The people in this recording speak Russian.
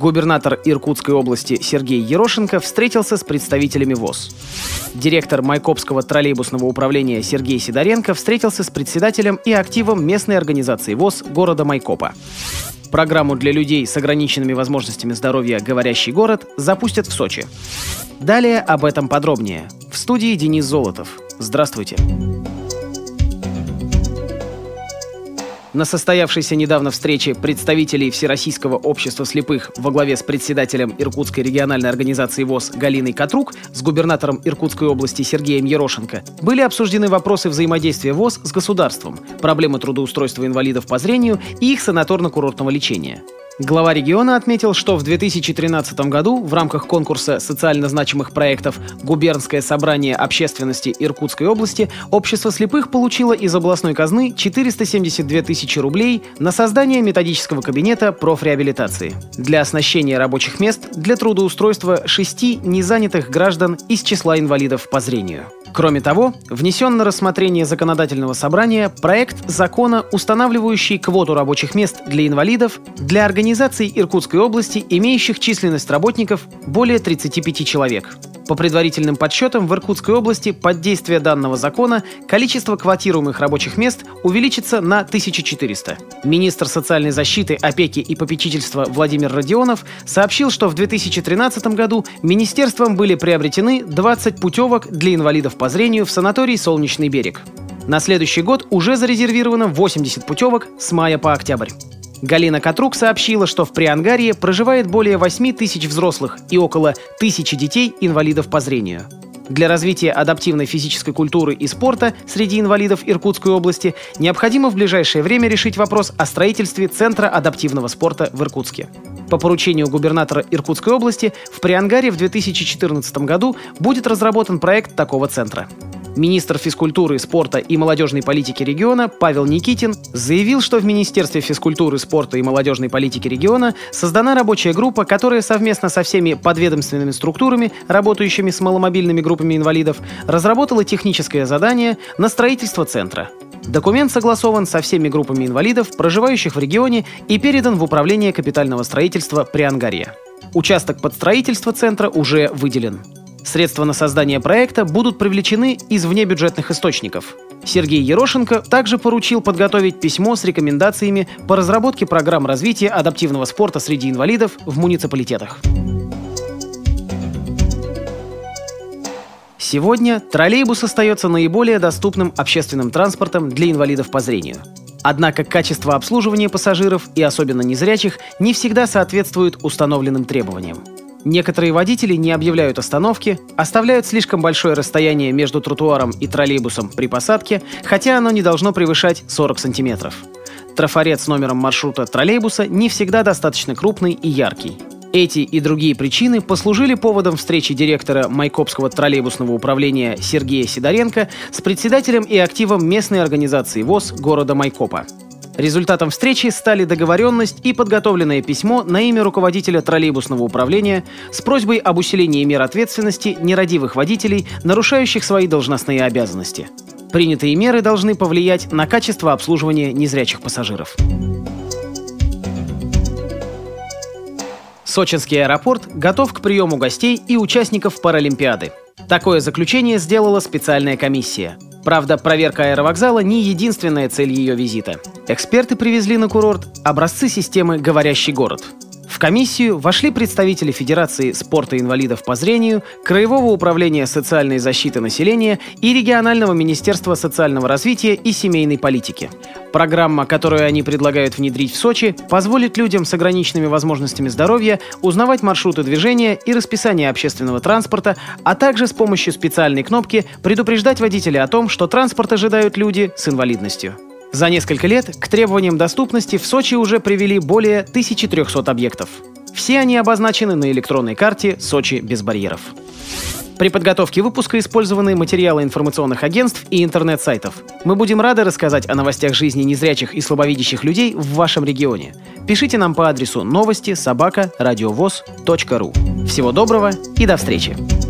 Губернатор Иркутской области Сергей Ерошенко встретился с представителями ВОС. Директор Майкопского троллейбусного управления Сергей Сидоренко встретился с председателем и активом местной организации ВОС города Майкопа. Программу для людей с ограниченными возможностями здоровья «Говорящий город» запустят в Сочи. Далее об этом подробнее. В студии Денис Золотов. Здравствуйте. На состоявшейся недавно встрече представителей Всероссийского общества слепых во главе с председателем Иркутской региональной организации ВОС Галиной Катрук с губернатором Иркутской области Сергеем Ерошенко были обсуждены вопросы взаимодействия ВОС с государством, проблемы трудоустройства инвалидов по зрению и их санаторно-курортного лечения. Глава региона отметил, что в 2013 году в рамках конкурса социально значимых проектов «Губернское собрание общественности Иркутской области» общество слепых получило из областной казны 472 тысячи рублей на создание методического кабинета профреабилитации для оснащения рабочих мест для трудоустройства 6 незанятых граждан из числа инвалидов по зрению. Кроме того, внесен на рассмотрение законодательного собрания проект закона, устанавливающий квоту рабочих мест для инвалидов для организаций Иркутской области, имеющих численность работников более 35 человек. По предварительным подсчетам, в Иркутской области под действие данного закона количество квотируемых рабочих мест увеличится на 1400. Министр социальной защиты, опеки и попечительства Владимир Родионов сообщил, что в 2013 году министерством были приобретены 20 путевок для инвалидов по зрению в санаторий «Солнечный берег». На следующий год уже зарезервировано 80 путевок с мая по октябрь. Галина Катрук сообщила, что в Приангарье проживает более 8 тысяч взрослых и около 1000 детей-инвалидов по зрению. Для развития адаптивной физической культуры и спорта среди инвалидов Иркутской области необходимо в ближайшее время решить вопрос о строительстве Центра адаптивного спорта в Иркутске. По поручению губернатора Иркутской области в Приангаре в 2014 году будет разработан проект такого центра. Министр физкультуры, спорта и молодежной политики региона Павел Никитин заявил, что в Министерстве физкультуры, спорта и молодежной политики региона создана рабочая группа, которая совместно со всеми подведомственными структурами, работающими с маломобильными группами инвалидов, разработала техническое задание на строительство центра. Документ согласован со всеми группами инвалидов, проживающих в регионе, и передан в Управление капитального строительства Приангарья. Участок под строительство центра уже выделен. Средства на создание проекта будут привлечены из внебюджетных источников. Сергей Ерошенко также поручил подготовить письмо с рекомендациями по разработке программ развития адаптивного спорта среди инвалидов в муниципалитетах. Сегодня троллейбус остается наиболее доступным общественным транспортом для инвалидов по зрению. Однако качество обслуживания пассажиров, и особенно незрячих, не всегда соответствует установленным требованиям. Некоторые водители не объявляют остановки, оставляют слишком большое расстояние между тротуаром и троллейбусом при посадке, хотя оно не должно превышать 40 сантиметров. Трафарет с номером маршрута троллейбуса не всегда достаточно крупный и яркий. Эти и другие причины послужили поводом встречи директора Майкопского троллейбусного управления Сергея Сидоренко с председателем и активом местной организации ВОС города Майкопа. Результатом встречи стали договоренность и подготовленное письмо на имя руководителя троллейбусного управления с просьбой об усилении мер ответственности нерадивых водителей, нарушающих свои должностные обязанности. Принятые меры должны повлиять на качество обслуживания незрячих пассажиров. Сочинский аэропорт готов к приему гостей и участников Паралимпиады. Такое заключение сделала специальная комиссия. Правда, проверка аэровокзала не единственная цель ее визита. Эксперты привезли на курорт образцы системы «Говорящий город». В комиссию вошли представители Федерации спорта инвалидов по зрению, Краевого управления социальной защиты населения и Регионального министерства социального развития и семейной политики. Программа, которую они предлагают внедрить в Сочи, позволит людям с ограниченными возможностями здоровья узнавать маршруты движения и расписание общественного транспорта, а также с помощью специальной кнопки предупреждать водителя о том, что транспорт ожидают люди с инвалидностью. За несколько лет к требованиям доступности в Сочи уже привели более 1300 объектов. Все они обозначены на электронной карте «Сочи без барьеров». При подготовке выпуска использованы материалы информационных агентств и интернет-сайтов. Мы будем рады рассказать о новостях жизни незрячих и слабовидящих людей в вашем регионе. Пишите нам по адресу новости@радиовоз.ру. Всего доброго и до встречи!